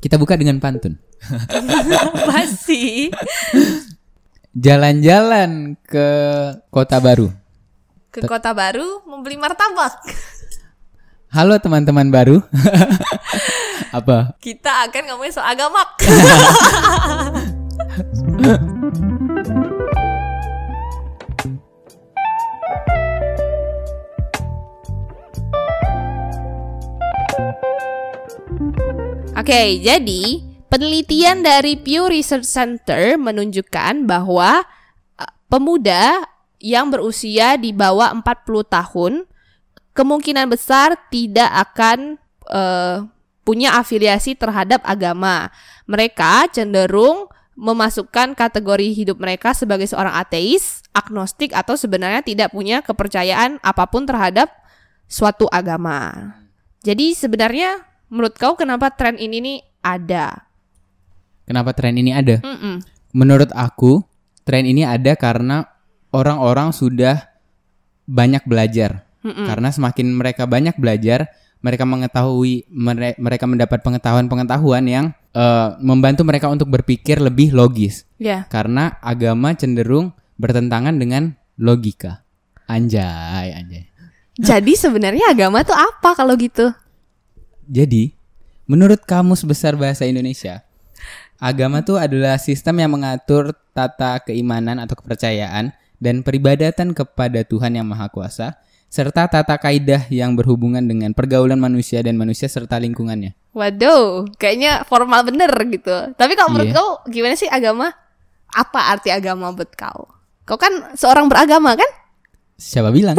Kita buka dengan pantun. Pasti. Jalan-jalan ke kota baru. Ke kota baru membeli martabak. Halo teman-teman baru. Apa? Kita akan ngomongin soal agama. Oke, jadi penelitian dari Pew Research Center menunjukkan bahwa pemuda yang berusia di bawah 40 tahun kemungkinan besar tidak akan punya afiliasi terhadap agama. Mereka cenderung memasukkan kategori hidup mereka sebagai seorang ateis, agnostik, atau sebenarnya tidak punya kepercayaan apapun terhadap suatu agama. Jadi sebenarnya menurut kau kenapa tren ini nih ada? Kenapa tren ini ada? Menurut aku, tren ini ada karena orang-orang sudah banyak belajar. Karena semakin mereka banyak belajar, mereka mengetahui, mereka mendapat pengetahuan yang membantu mereka untuk berpikir lebih logis. Yeah. Karena agama cenderung bertentangan dengan logika. Anjay. Jadi sebenarnya agama tuh apa kalau gitu? Jadi, menurut Kamus Besar Bahasa Indonesia, agama itu adalah sistem yang mengatur tata keimanan atau kepercayaan dan peribadatan kepada Tuhan Yang Maha Kuasa, serta tata kaidah yang berhubungan dengan pergaulan manusia dan manusia serta lingkungannya. Waduh, kayaknya formal bener gitu. Tapi kalau menurut kau gimana sih agama? Apa arti agama buat kau? Kau kan seorang beragama kan? Siapa bilang?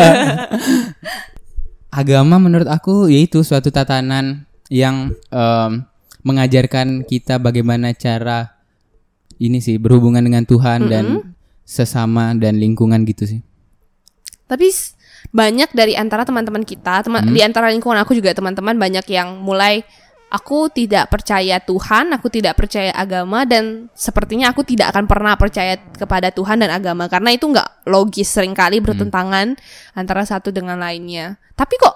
Agama menurut aku yaitu suatu tatanan yang mengajarkan kita bagaimana cara ini sih berhubungan dengan Tuhan dan sesama dan lingkungan gitu sih. Tapi banyak dari antara teman-teman kita, di antara lingkungan aku juga teman-teman banyak yang mulai aku tidak percaya Tuhan, aku tidak percaya agama, dan sepertinya aku tidak akan pernah percaya kepada Tuhan dan agama karena itu nggak logis, seringkali bertentangan antara satu dengan lainnya. Tapi kok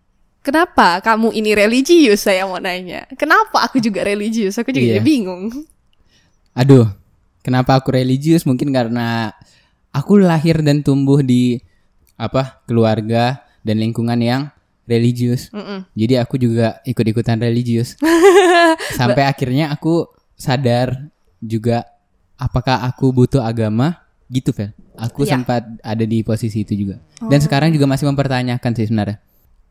kenapa kamu ini religius, saya mau nanya. Kenapa aku juga religius? Aku juga jadi bingung. Aduh, kenapa aku religius? Mungkin karena aku lahir dan tumbuh di keluarga dan lingkungan yang religius. Jadi aku juga ikut-ikutan religius. Sampai akhirnya aku sadar juga apakah aku butuh agama gitu, Vel. Aku sempat ada di posisi itu juga. Dan sekarang juga masih mempertanyakan sih sebenarnya.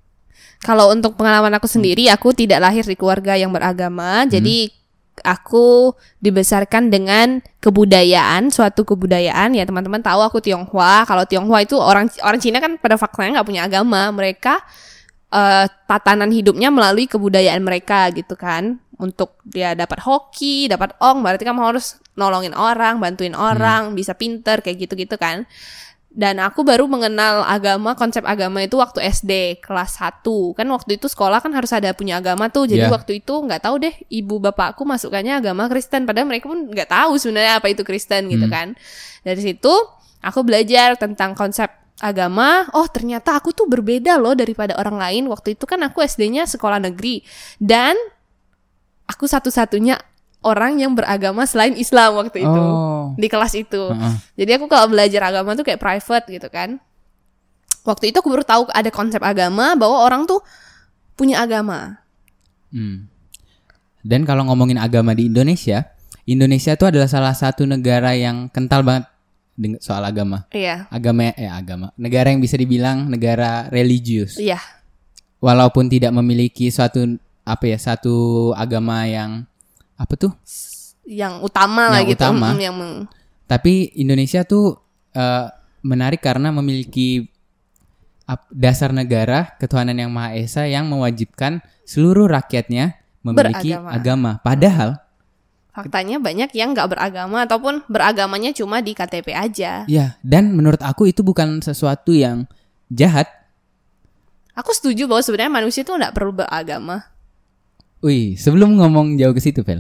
Kalau untuk pengalaman aku sendiri, aku tidak lahir di keluarga yang beragama. Jadi aku dibesarkan dengan kebudayaan, suatu kebudayaan. Ya teman-teman tahu aku Tionghoa. Kalau Tionghoa itu orang Cina kan pada faktanya nggak punya agama. Mereka tatanan hidupnya melalui kebudayaan mereka gitu kan. Untuk dia dapat hoki, dapat berarti kamu harus nolongin orang, bantuin orang, bisa pinter kayak gitu-gitu kan. Dan aku baru mengenal agama, konsep agama itu waktu SD kelas 1. Kan waktu itu sekolah kan harus ada punya agama tuh. Jadi waktu itu gak tahu deh, ibu bapakku masukkannya agama Kristen. Padahal mereka pun gak tahu sebenarnya apa itu Kristen gitu kan. Dari situ aku belajar tentang konsep agama. Oh ternyata aku tuh berbeda loh daripada orang lain. Waktu itu kan aku SD-nya sekolah negeri. Dan aku satu-satunya orang yang beragama selain Islam waktu itu di kelas itu. Jadi aku kalau belajar agama tuh kayak private gitu kan. Waktu itu aku baru tahu ada konsep agama bahwa orang tuh punya agama. Dan kalau ngomongin agama di Indonesia itu adalah salah satu negara yang kental banget soal agama. Iya. Agama. Negara yang bisa dibilang negara religius. Iya. Walaupun tidak memiliki satu agama yang yang utama lah gitu. Tapi Indonesia tuh menarik karena memiliki dasar negara ketuhanan yang Maha Esa yang mewajibkan seluruh rakyatnya memiliki agama. Padahal faktanya banyak yang gak beragama ataupun beragamanya cuma di KTP aja. Ya, dan menurut aku itu bukan sesuatu yang jahat. Aku setuju bahwa sebenarnya manusia tuh gak perlu beragama. Wih, sebelum ngomong jauh ke situ, Vel.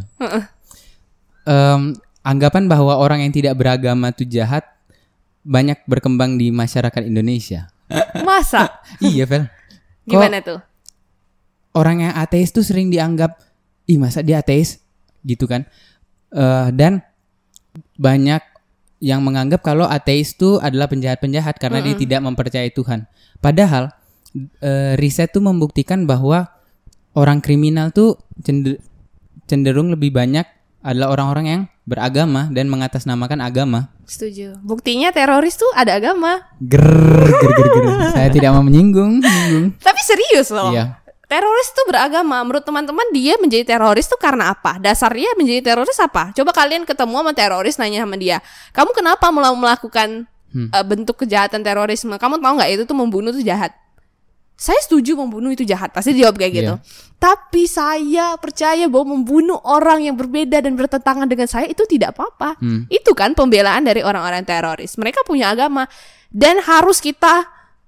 Anggapan bahwa orang yang tidak beragama itu jahat banyak berkembang di masyarakat Indonesia. Masa? Iya, Vel. Gimana tuh? Orang yang ateis tuh sering dianggap ih masa dia ateis gitu kan. Dan banyak yang menganggap kalau ateis itu adalah penjahat-penjahat karena dia tidak mempercayai Tuhan. Padahal riset tuh membuktikan bahwa orang kriminal tuh cenderung lebih banyak adalah orang-orang yang beragama dan mengatasnamakan agama. Setuju. Buktinya teroris tuh ada agama. Ger. Saya tidak mau menyinggung. Tapi serius loh. Iya. Teroris tuh beragama. Menurut teman-teman dia menjadi teroris tuh karena apa? Dasarnya menjadi teroris apa? Coba kalian ketemu sama teroris, nanya sama dia, kamu kenapa melakukan bentuk kejahatan terorisme? Kamu tahu nggak itu tuh membunuh tuh jahat? Saya setuju membunuh itu jahat. Pasti jawab kayak gitu. Tapi saya percaya bahwa membunuh orang yang berbeda dan bertentangan dengan saya itu tidak apa-apa. Itu kan pembelaan dari orang-orang teroris. Mereka punya agama dan harus kita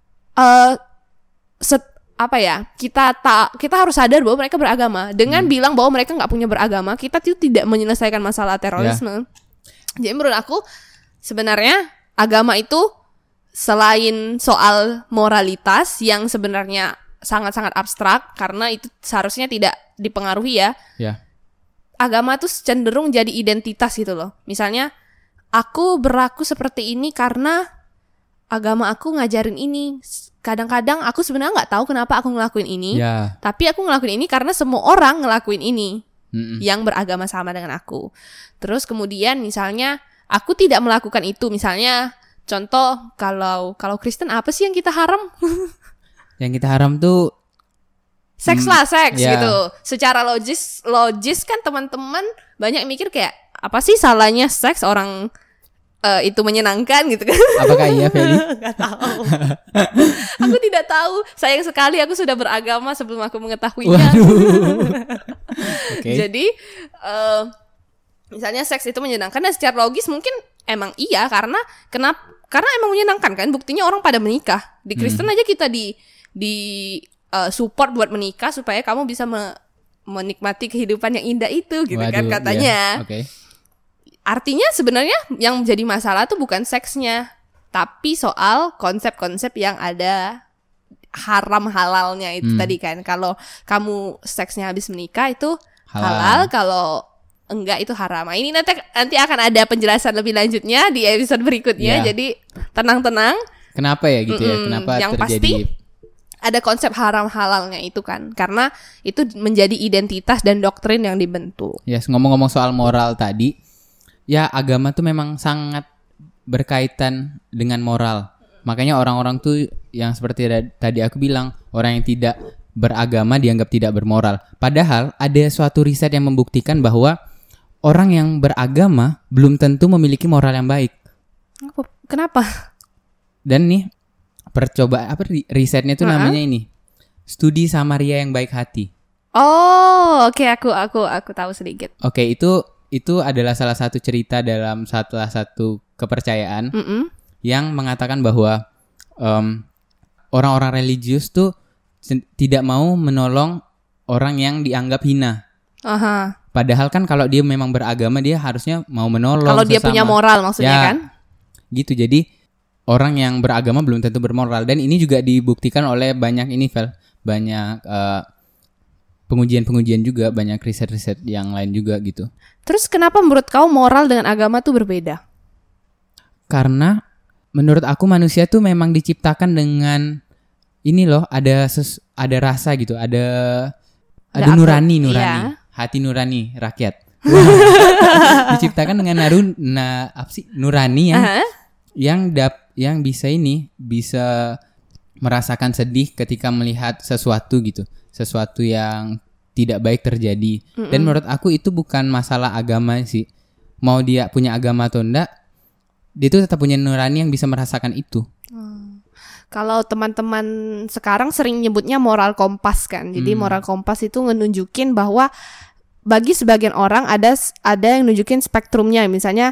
kita harus sadar bahwa mereka beragama. Dengan bilang bahwa mereka nggak punya beragama, kita tuh tidak menyelesaikan masalah terorisme. Jadi menurut aku sebenarnya agama itu selain soal moralitas yang sebenarnya sangat-sangat abstrak karena itu seharusnya tidak dipengaruhi ya. Agama tuh cenderung jadi identitas gitu loh. Misalnya aku berlaku seperti ini karena agama aku ngajarin ini. Kadang-kadang aku sebenarnya nggak tahu kenapa aku ngelakuin ini, tapi aku ngelakuin ini karena semua orang ngelakuin ini yang beragama sama dengan aku. Terus kemudian misalnya aku tidak melakukan itu, misalnya contoh kalau Kristen apa sih yang kita haram? Yang kita haram tuh seks gitu. Secara logis kan teman-teman banyak mikir kayak apa sih salahnya seks, orang itu menyenangkan gitu kan. Apakah iya, Feli? Gak tahu. Aku tidak tahu. Sayang sekali aku sudah beragama sebelum aku mengetahuinya. Jadi misalnya seks itu menyenangkan dan secara logis mungkin emang iya karena emang menyenangkan kan. Buktinya orang pada menikah. Di Kristen aja kita di support buat menikah supaya kamu bisa menikmati kehidupan yang indah itu gitu. Kan katanya. Artinya sebenarnya yang menjadi masalah tuh bukan seksnya, tapi soal konsep-konsep yang ada haram halalnya itu tadi kan. Kalau kamu seksnya habis menikah itu halal, kalau enggak itu haram. Ini nanti akan ada penjelasan lebih lanjutnya di episode berikutnya. Jadi tenang-tenang. Kenapa ya gitu ya? Kenapa yang terjadi? Pasti ada konsep haram halalnya itu kan, karena itu menjadi identitas dan doktrin yang dibentuk. Ngomong-ngomong soal moral tadi. Ya agama tuh memang sangat berkaitan dengan moral. Makanya orang-orang tuh yang seperti tadi aku bilang, orang yang tidak beragama dianggap tidak bermoral. Padahal ada suatu riset yang membuktikan bahwa orang yang beragama belum tentu memiliki moral yang baik. Kenapa? Dan nih risetnya tuh namanya ini, studi Samaria yang baik hati. Oh, oke, aku tahu sedikit. Oke, itu adalah salah satu cerita dalam salah satu kepercayaan yang mengatakan bahwa orang-orang religius tuh tidak mau menolong orang yang dianggap hina. Padahal kan kalau dia memang beragama dia harusnya mau menolong. Kalau dia punya moral maksudnya kan? Gitu. Jadi orang yang beragama belum tentu bermoral dan ini juga dibuktikan oleh banyak banyak pengujian juga, banyak riset-riset yang lain juga gitu. Terus kenapa menurut kau moral dengan agama tuh berbeda? Karena menurut aku manusia tuh memang diciptakan dengan ini loh, ada rasa gitu, ada nurani, hati nurani rakyat. Diciptakan dengan nurani yang bisa merasakan sedih ketika melihat sesuatu gitu. Sesuatu yang tidak baik terjadi. Dan menurut aku itu bukan masalah agama sih. Mau dia punya agama atau enggak, dia tuh tetap punya nurani yang bisa merasakan itu. Kalau teman-teman sekarang sering nyebutnya moral kompas kan. Jadi moral kompas itu nunjukin bahwa bagi sebagian orang ada yang nunjukin spektrumnya. Misalnya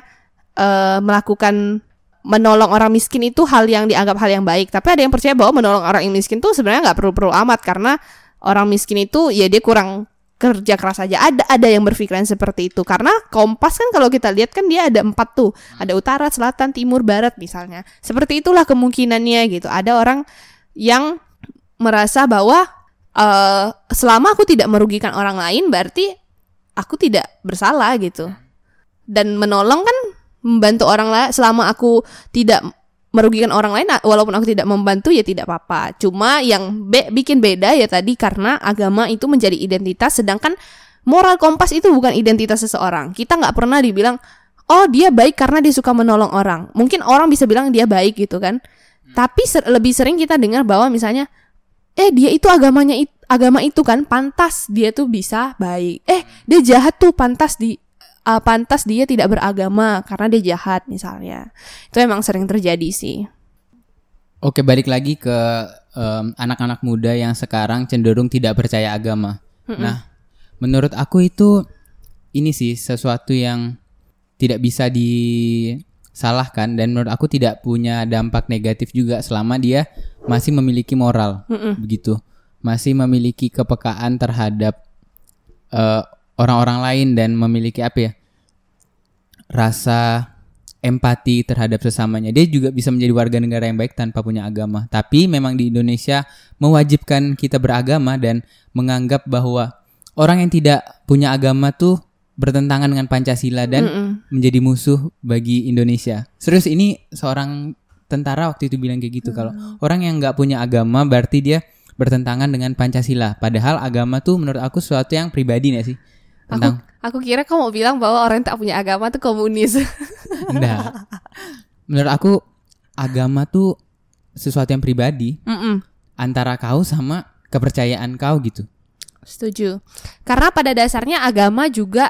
menolong orang miskin itu hal yang dianggap hal yang baik. Tapi ada yang percaya bahwa menolong orang yang miskin tuh sebenarnya nggak perlu amat karena orang miskin itu ya dia kurang kerja keras aja. Ada yang berpikiran seperti itu. Karena kompas kan kalau kita lihat kan dia ada 4 tuh. Ada utara, selatan, timur, barat misalnya. Seperti itulah kemungkinannya gitu. Ada orang yang merasa bahwa selama aku tidak merugikan orang lain berarti aku tidak bersalah gitu. Dan menolong kan membantu orang lain, selama aku tidak merugikan orang lain, walaupun aku tidak membantu ya tidak apa-apa. Cuma yang bikin beda ya tadi karena agama itu menjadi identitas, sedangkan moral kompas itu bukan identitas seseorang. Kita nggak pernah dibilang, oh dia baik karena dia suka menolong orang. Mungkin orang bisa bilang dia baik gitu kan. Tapi lebih sering kita dengar bahwa misalnya, dia itu agama itu kan pantas dia tuh bisa baik. Dia jahat tuh pantas dia tidak beragama karena dia jahat misalnya. Itu emang sering terjadi sih. Oke, balik lagi ke anak-anak muda yang sekarang cenderung tidak percaya agama. Nah, menurut aku itu ini sih sesuatu yang tidak bisa disalahkan dan menurut aku tidak punya dampak negatif juga selama dia masih memiliki moral, begitu. Masih memiliki kepekaan terhadap orang-orang lain dan memiliki rasa empati terhadap sesamanya. Dia juga bisa menjadi warga negara yang baik tanpa punya agama. Tapi memang di Indonesia mewajibkan kita beragama dan menganggap bahwa orang yang tidak punya agama tuh bertentangan dengan Pancasila dan menjadi musuh bagi Indonesia. Serius, ini seorang tentara waktu itu bilang kayak gitu. Kalau orang yang nggak punya agama berarti dia bertentangan dengan Pancasila. Padahal agama tuh menurut aku sesuatu yang pribadi gak sih? Aku kira kamu mau bilang bahwa orang yang tak punya agama tuh komunis. Enggak. Menurut aku agama tuh sesuatu yang pribadi antara kau sama kepercayaan kau gitu. Setuju. Karena pada dasarnya agama juga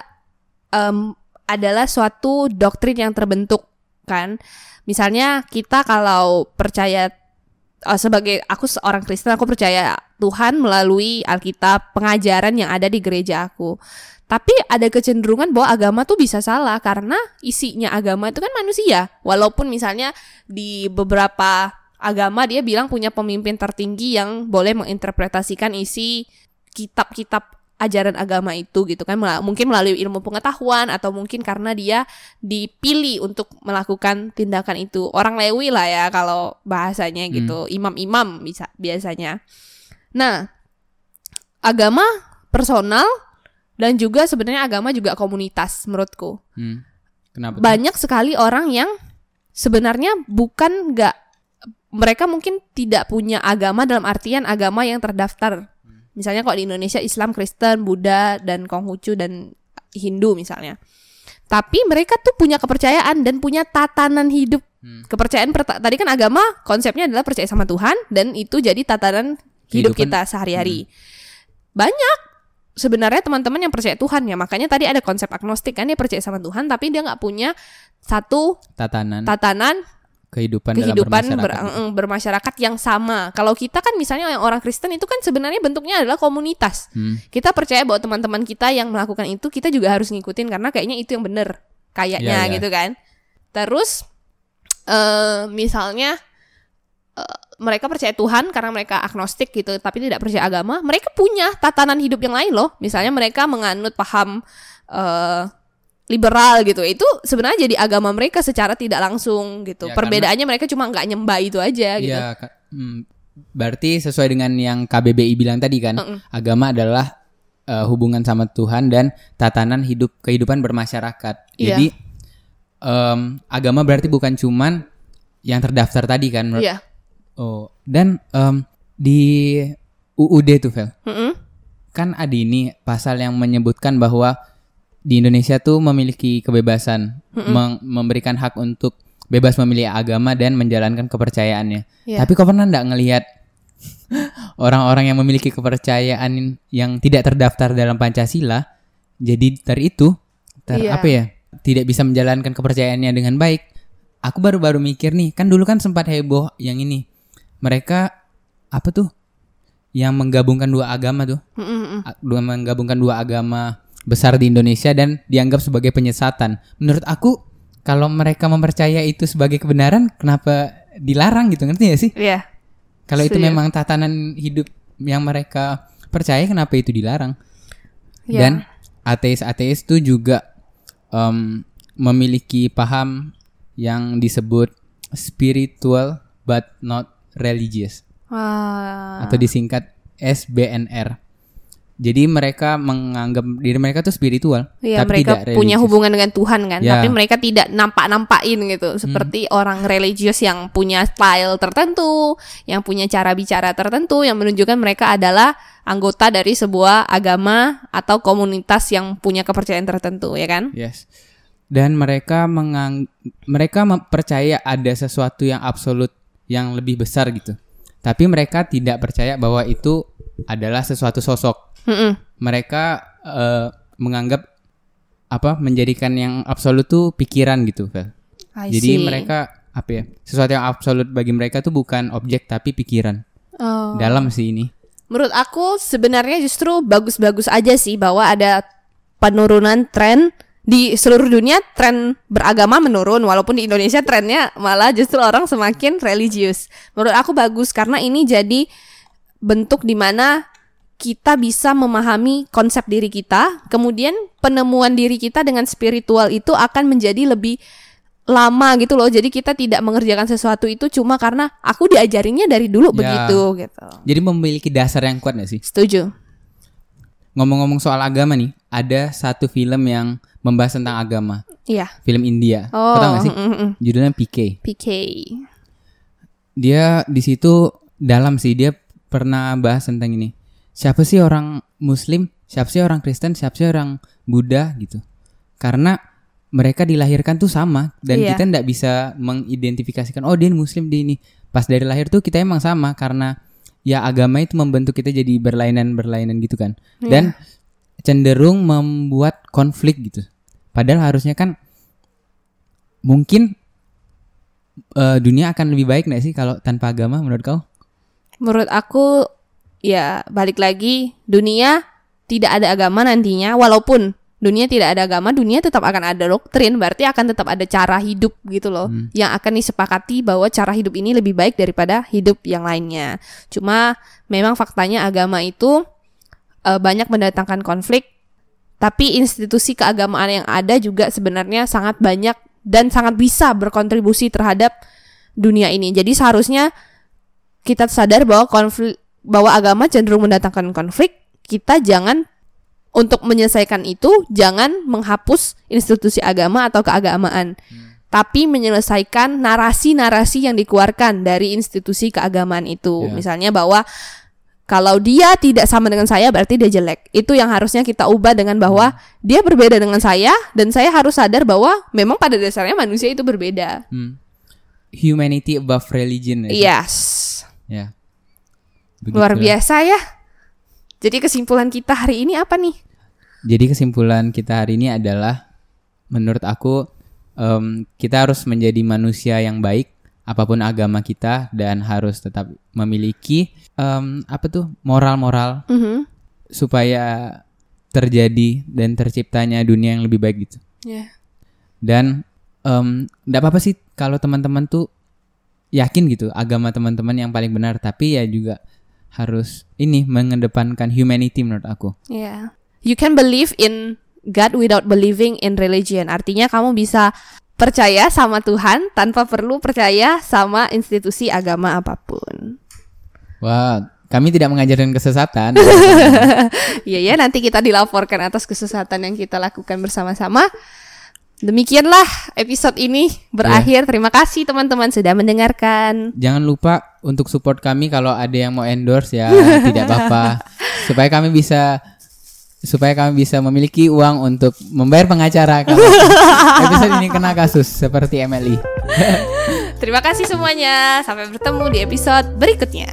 adalah suatu doktrin yang terbentuk kan. Misalnya kita kalau percaya, sebagai aku seorang Kristen, aku percaya Tuhan melalui Alkitab, pengajaran yang ada di gereja aku. Tapi ada kecenderungan bahwa agama tuh bisa salah karena isinya agama itu kan manusia. Walaupun misalnya di beberapa agama dia bilang punya pemimpin tertinggi yang boleh menginterpretasikan isi kitab-kitab ajaran agama itu gitu kan. Mungkin melalui ilmu pengetahuan atau mungkin karena dia dipilih untuk melakukan tindakan itu. Orang Lewi lah ya kalau bahasanya gitu. Imam-imam biasanya. Nah, agama personal dan juga sebenarnya agama juga komunitas menurutku. Kenapa? Banyak sekali orang yang sebenarnya mereka mungkin tidak punya agama dalam artian agama yang terdaftar. Misalnya kalau di Indonesia Islam, Kristen, Buddha, dan Konghucu, dan Hindu misalnya. Tapi mereka tuh punya kepercayaan dan punya tatanan hidup. Kepercayaan tadi kan agama konsepnya adalah percaya sama Tuhan dan itu jadi tatanan hidup kita sehari-hari. Banyak sebenarnya teman-teman yang percaya Tuhan ya, makanya tadi ada konsep agnostik kan, dia percaya sama Tuhan tapi dia nggak punya satu tatanan kehidupan dalam bermasyarakat yang sama. Kalau kita kan misalnya yang orang Kristen itu kan sebenarnya bentuknya adalah komunitas. Kita percaya bahwa teman-teman kita yang melakukan itu kita juga harus ngikutin karena kayaknya itu yang benar kayaknya gitu kan. Terus misalnya mereka percaya Tuhan karena mereka agnostik gitu, tapi tidak percaya agama. Mereka punya tatanan hidup yang lain loh. Misalnya mereka menganut paham liberal gitu. Itu sebenarnya jadi agama mereka secara tidak langsung gitu. Ya, perbedaannya mereka cuma nggak nyembah itu aja gitu. Ya, berarti sesuai dengan yang KBBI bilang tadi kan, agama adalah hubungan sama Tuhan dan tatanan kehidupan bermasyarakat. Jadi agama berarti bukan cuman yang terdaftar tadi kan. Iya. Oh, dan di UUD tuh, Vel. Kan ada ini pasal yang menyebutkan bahwa di Indonesia tuh memiliki kebebasan memberikan hak untuk bebas memilih agama dan menjalankan kepercayaannya. Tapi kau pernah enggak ngelihat orang-orang yang memiliki kepercayaan yang tidak terdaftar dalam Pancasila jadi tidak bisa menjalankan kepercayaannya dengan baik? Aku baru-baru mikir nih, kan dulu kan sempat heboh yang ini. Mereka yang menggabungkan dua agama tuh. Menggabungkan dua agama besar di Indonesia dan dianggap sebagai penyesatan. Menurut aku kalau mereka mempercayai itu sebagai kebenaran, kenapa dilarang gitu, ngerti gak sih? Iya. Kalau itu memang tatanan hidup yang mereka percaya, kenapa itu dilarang? Dan ateis-ateis itu juga memiliki paham yang disebut spiritual but not religious, atau disingkat SBNR. Jadi mereka menganggap diri mereka tuh spiritual, Iya, tapi mereka tidak punya religius. hubungan dengan Tuhan kan, Ya. tapi mereka tidak nampak-nampakin gitu. Seperti orang religius yang punya style tertentu, yang punya cara bicara tertentu, yang menunjukkan mereka adalah anggota dari sebuah agama atau komunitas yang punya kepercayaan tertentu, ya kan? Yes. Dan mereka percaya ada sesuatu yang absolut yang lebih besar gitu. Tapi mereka tidak percaya bahwa itu adalah sesuatu sosok. Mereka menganggap menjadikan yang absolut tuh pikiran gitu, Vel. Jadi mereka sesuatu yang absolut bagi mereka tuh bukan objek tapi pikiran. Dalam sih ini. Menurut aku sebenarnya justru bagus-bagus aja sih bahwa ada penurunan tren di seluruh dunia, tren beragama menurun, walaupun di Indonesia trennya malah justru orang semakin religius. Menurut aku bagus karena ini jadi bentuk di mana kita bisa memahami konsep diri kita, kemudian penemuan diri kita dengan spiritual itu akan menjadi lebih lama gitu loh. Jadi kita tidak mengerjakan sesuatu itu cuma karena aku diajarinnya dari dulu begitu gitu. Jadi memiliki dasar yang kuat gak sih? Setuju. Ngomong-ngomong soal agama nih, ada satu film yang membahas tentang agama. Iya. Film India. Kau tahu gak sih? Judulnya PK. PK. Dia di situ dalam sih, dia pernah bahas tentang ini. Siapa sih orang Muslim? Siapa sih orang Kristen? Siapa sih orang Buddha gitu? Karena mereka dilahirkan tuh sama dan kita nggak bisa mengidentifikasikan dia Muslim, dia ini. Pas dari lahir tuh kita emang sama karena ya agama itu membentuk kita jadi berlainan gitu kan. Dan cenderung membuat konflik gitu. Padahal harusnya kan mungkin dunia akan lebih baik nggak sih kalau tanpa agama menurut kau? Menurut aku ya balik lagi, dunia tidak ada agama nantinya. Walaupun dunia tidak ada agama, dunia tetap akan ada doktrin. Berarti akan tetap ada cara hidup gitu loh, yang akan disepakati bahwa cara hidup ini lebih baik daripada hidup yang lainnya. Cuma memang faktanya agama itu banyak mendatangkan konflik. Tapi institusi keagamaan yang ada juga sebenarnya sangat banyak dan sangat bisa berkontribusi terhadap dunia ini. Jadi seharusnya kita sadar bahwa agama cenderung mendatangkan konflik. Kita jangan, untuk menyelesaikan itu, jangan menghapus institusi agama atau keagamaan, tapi menyelesaikan narasi-narasi yang dikeluarkan dari institusi keagamaan itu. Misalnya bahwa kalau dia tidak sama dengan saya berarti dia jelek. Itu yang harusnya kita ubah dengan bahwa dia berbeda dengan saya, dan saya harus sadar bahwa memang pada dasarnya manusia itu berbeda. Humanity above religion. Yes. Ya. Luar biasa ya. Jadi kesimpulan kita hari ini apa nih? Jadi kesimpulan kita hari ini adalah, menurut aku kita harus menjadi manusia yang baik apapun agama kita, dan harus tetap memiliki moral-moral supaya terjadi dan terciptanya dunia yang lebih baik gitu. Dan nggak apa-apa sih kalau teman-teman tuh yakin gitu agama teman-teman yang paling benar, tapi ya juga harus mengedepankan humanity menurut aku. You can believe in God without believing in religion. Artinya kamu bisa percaya sama Tuhan tanpa perlu percaya sama institusi agama apapun. Wah, kami tidak mengajarkan kesesatan. Iya, nanti kita dilaporkan atas kesesatan yang kita lakukan bersama-sama. Demikianlah episode ini berakhir. Terima kasih teman-teman sudah mendengarkan. Jangan lupa untuk support kami kalau ada yang mau endorse ya, tidak apa-apa. Supaya kami bisa memiliki uang untuk membayar pengacara kalau episode ini kena kasus seperti MLI. Terima kasih semuanya. Sampai bertemu di episode berikutnya.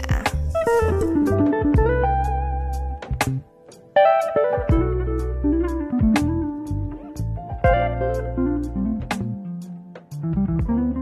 Thank you.